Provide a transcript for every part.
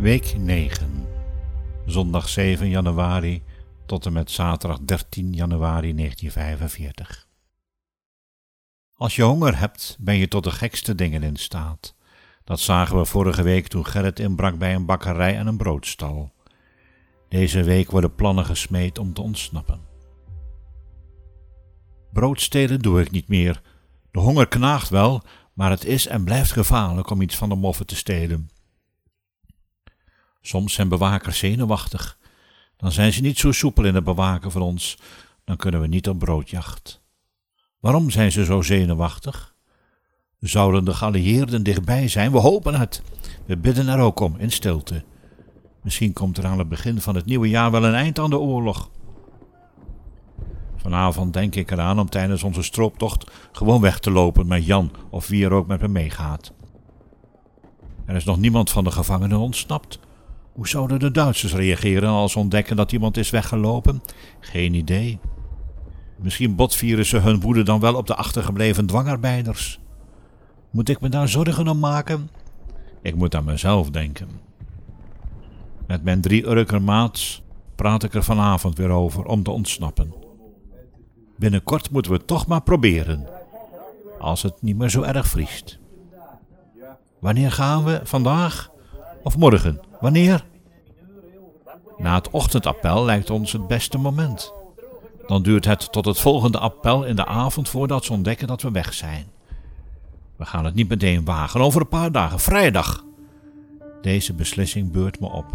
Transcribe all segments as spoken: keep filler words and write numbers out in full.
Week negen, zondag zeven januari tot en met zaterdag dertien januari negentien vijfenveertig. Als je honger hebt, ben je tot de gekste dingen in staat. Dat zagen we vorige week toen Gerrit inbrak bij een bakkerij en een broodstal. Deze week worden plannen gesmeed om te ontsnappen. Brood stelen doe ik niet meer. De honger knaagt wel, maar het is en blijft gevaarlijk om iets van de moffen te stelen. Soms zijn bewakers zenuwachtig. Dan zijn ze niet zo soepel in het bewaken van ons. Dan kunnen we niet op broodjacht. Waarom zijn ze zo zenuwachtig? Zouden de geallieerden dichtbij zijn? We hopen het. We bidden er ook om, in stilte. Misschien komt er aan het begin van het nieuwe jaar wel een eind aan de oorlog. Vanavond denk ik eraan om tijdens onze strooptocht gewoon weg te lopen met Jan of wie er ook met me meegaat. Er is nog niemand van de gevangenen ontsnapt. Hoe zouden de Duitsers reageren als ze ontdekken dat iemand is weggelopen? Geen idee. Misschien botvieren ze hun woede dan wel op de achtergebleven dwangarbeiders. Moet ik me daar zorgen om maken? Ik moet aan mezelf denken. Met mijn drie Urkermaats praat ik er vanavond weer over om te ontsnappen. Binnenkort moeten we het toch maar proberen. Als het niet meer zo erg vriest. Wanneer gaan we? Vandaag? Of morgen? Wanneer? Na het ochtendappel lijkt ons het beste moment. Dan duurt het tot het volgende appel in de avond voordat ze ontdekken dat we weg zijn. We gaan het niet meteen wagen, over een paar dagen, vrijdag. Deze beslissing beurt me op.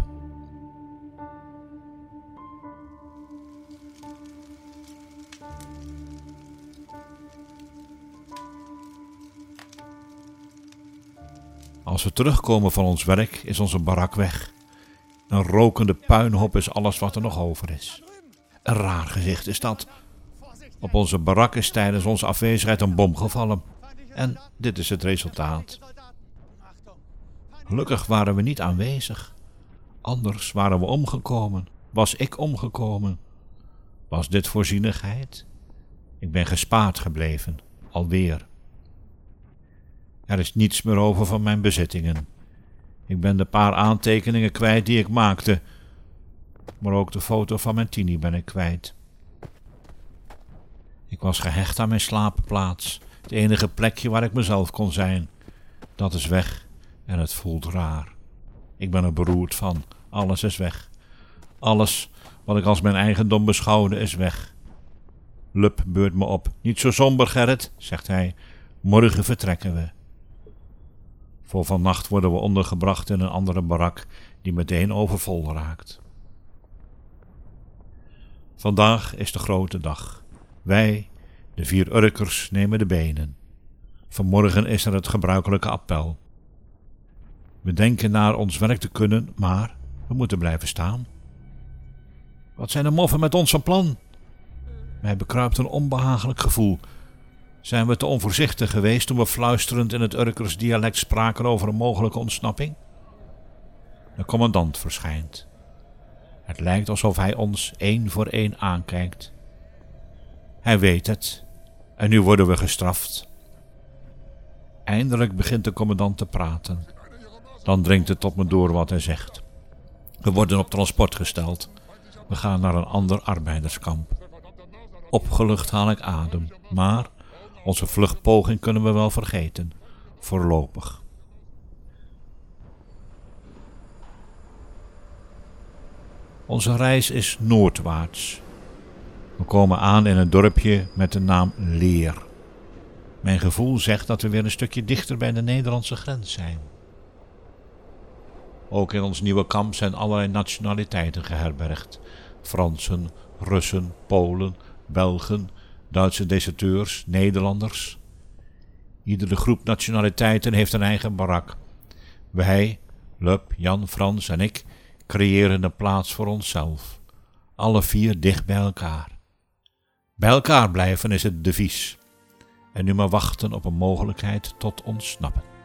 Als we terugkomen van ons werk is onze barak weg. Een rokende puinhoop is alles wat er nog over is. Een raar gezicht is dat. Op onze barak is tijdens onze afwezigheid een bom gevallen. En dit is het resultaat. Gelukkig waren we niet aanwezig. Anders waren we omgekomen. Was ik omgekomen? Was dit voorzienigheid? Ik ben gespaard gebleven. Alweer. Er is niets meer over van mijn bezittingen. Ik ben de paar aantekeningen kwijt die ik maakte. Maar ook de foto van mijn Tini ben ik kwijt. Ik was gehecht aan mijn slaapplaats. Het enige plekje waar ik mezelf kon zijn. Dat is weg en het voelt raar. Ik ben er beroerd van. Alles is weg. Alles wat ik als mijn eigendom beschouwde is weg. Lup beurt me op. Niet zo somber, Gerrit, zegt hij. Morgen vertrekken we. Voor vannacht worden we ondergebracht in een andere barak die meteen overvol raakt. Vandaag is de grote dag. Wij, de vier Urkers, nemen de benen. Vanmorgen is er het gebruikelijke appel. We denken naar ons werk te kunnen, maar we moeten blijven staan. Wat zijn de moffen met ons van plan? Mij bekruipt een onbehagelijk gevoel. Zijn we te onvoorzichtig geweest toen we fluisterend in het Urkers dialect spraken over een mogelijke ontsnapping? De commandant verschijnt. Het lijkt alsof hij ons één voor één aankijkt. Hij weet het, en nu worden we gestraft. Eindelijk begint de commandant te praten. Dan dringt het tot me door wat hij zegt. We worden op transport gesteld. We gaan naar een ander arbeiderskamp. Opgelucht haal ik adem, maar onze vluchtpoging kunnen we wel vergeten, voorlopig. Onze reis is noordwaarts. We komen aan in een dorpje met de naam Leer. Mijn gevoel zegt dat we weer een stukje dichter bij de Nederlandse grens zijn. Ook in ons nieuwe kamp zijn allerlei nationaliteiten geherbergd. Fransen, Russen, Polen, Belgen, Duitse deserteurs, Nederlanders. Iedere groep nationaliteiten heeft een eigen barak. Wij, Lup, Jan, Frans en ik, creëren een plaats voor onszelf. Alle vier dicht bij elkaar. Bij elkaar blijven is het devies. En nu maar wachten op een mogelijkheid tot ontsnappen.